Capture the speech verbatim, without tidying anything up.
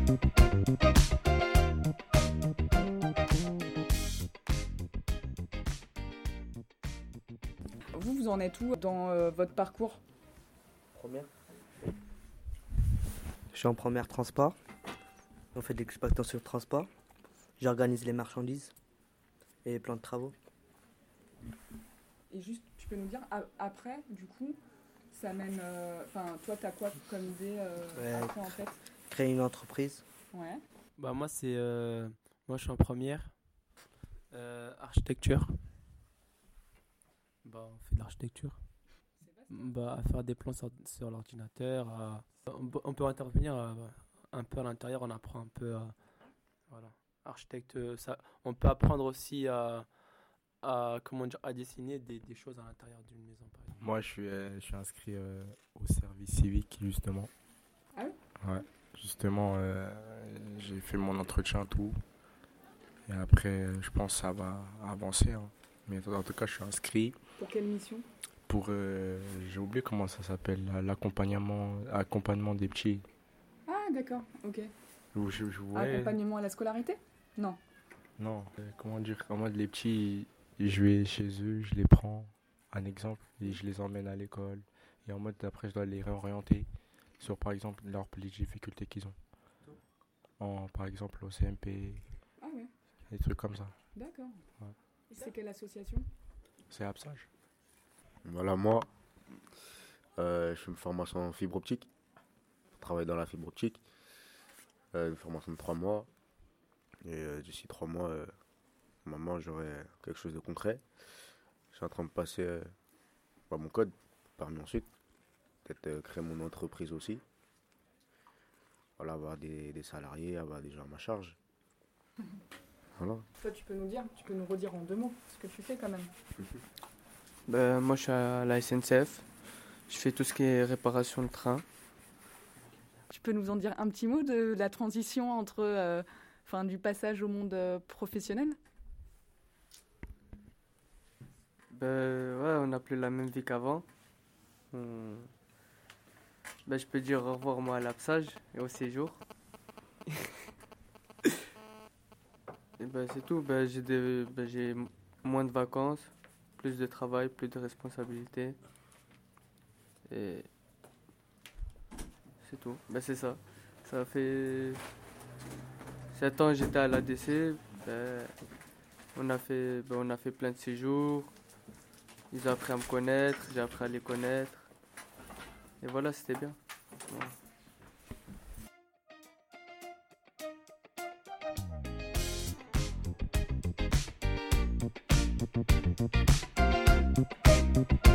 Vous, vous en êtes où dans euh, votre parcours? Première. Je suis en première transport. On fait de l'exploitation de transport. J'organise les marchandises et plein de travaux. Et juste, tu peux nous dire, a- après, du coup, ça mène... Enfin, euh, toi, t'as quoi comme idée euh, Ouais, après, en fait? Créer une entreprise. Ouais. Bah moi c'est euh, moi je suis en première euh, architecture. Bah on fait de l'architecture. Bah à faire des plans sur, sur l'ordinateur. à- on, peut- on peut intervenir euh, un peu à l'intérieur. On apprend un peu. à- voilà. Architecte, euh, ça. On peut apprendre aussi à, à comment dire à dessiner des, des choses à l'intérieur d'une maison par exemple. Moi, je suis, euh, je suis inscrit euh, au service civique, justement. Ah oui? Ouais. Justement, euh, j'ai fait mon entretien, tout. Et après, euh, je pense que ça va avancer, hein. Mais en tout cas, je suis inscrit Pour quelle mission? pour... euh, j'ai oublié comment ça s'appelle, la- l'accompagnement accompagnement des petits. Ah, d'accord, ok. Je, je, je- ouais. Accompagnement à la scolarité? Non. Non, euh, comment dire, en mode les petits, je vais chez eux, je les prends, un exemple, et je les emmène à l'école. Et en mode, après, je dois les réorienter sur, par exemple, leurs les difficultés qu'ils ont. En, par exemple, au C M P, Ah ouais, des trucs comme ça. d'accord. Ouais. Et c'est quelle association? C'est Absage. Voilà, moi, euh, je fais une formation en fibre optique. Je travaille dans la fibre optique. Euh, une formation de trois mois. Et euh, d'ici trois mois, euh, normalement, j'aurai quelque chose de concret. Je suis en train de passer euh, par mon code, parmi ensuite. Peut-être euh, créer mon entreprise aussi. Voilà, avoir des, des salariés, avoir des gens à ma charge. Voilà. Toi, tu peux nous dire, tu peux nous redire en deux mots ce que tu fais quand même. Ben, moi, je suis à la S N C F. Je fais tout ce qui est réparation de train. Tu peux nous en dire un petit mot de la transition entre, euh, enfin, du passage au monde euh, professionnel? Ben, ouais, on n'a plus la même vie qu'avant. On- Ben, je peux dire au revoir, moi, à l'Absage et au séjour. Et ben, c'est tout. Ben, j'ai des... ben, j'ai moins de vacances, plus de travail, plus de responsabilités. Et c'est tout. Ben, c'est ça. Ça fait sept ans que j'étais à l'A D C. Ben, on a fait, ben, on a fait plein de séjours. Ils ont appris à me connaître, j'ai appris à les connaître. Et voilà, c'était bien. Voilà.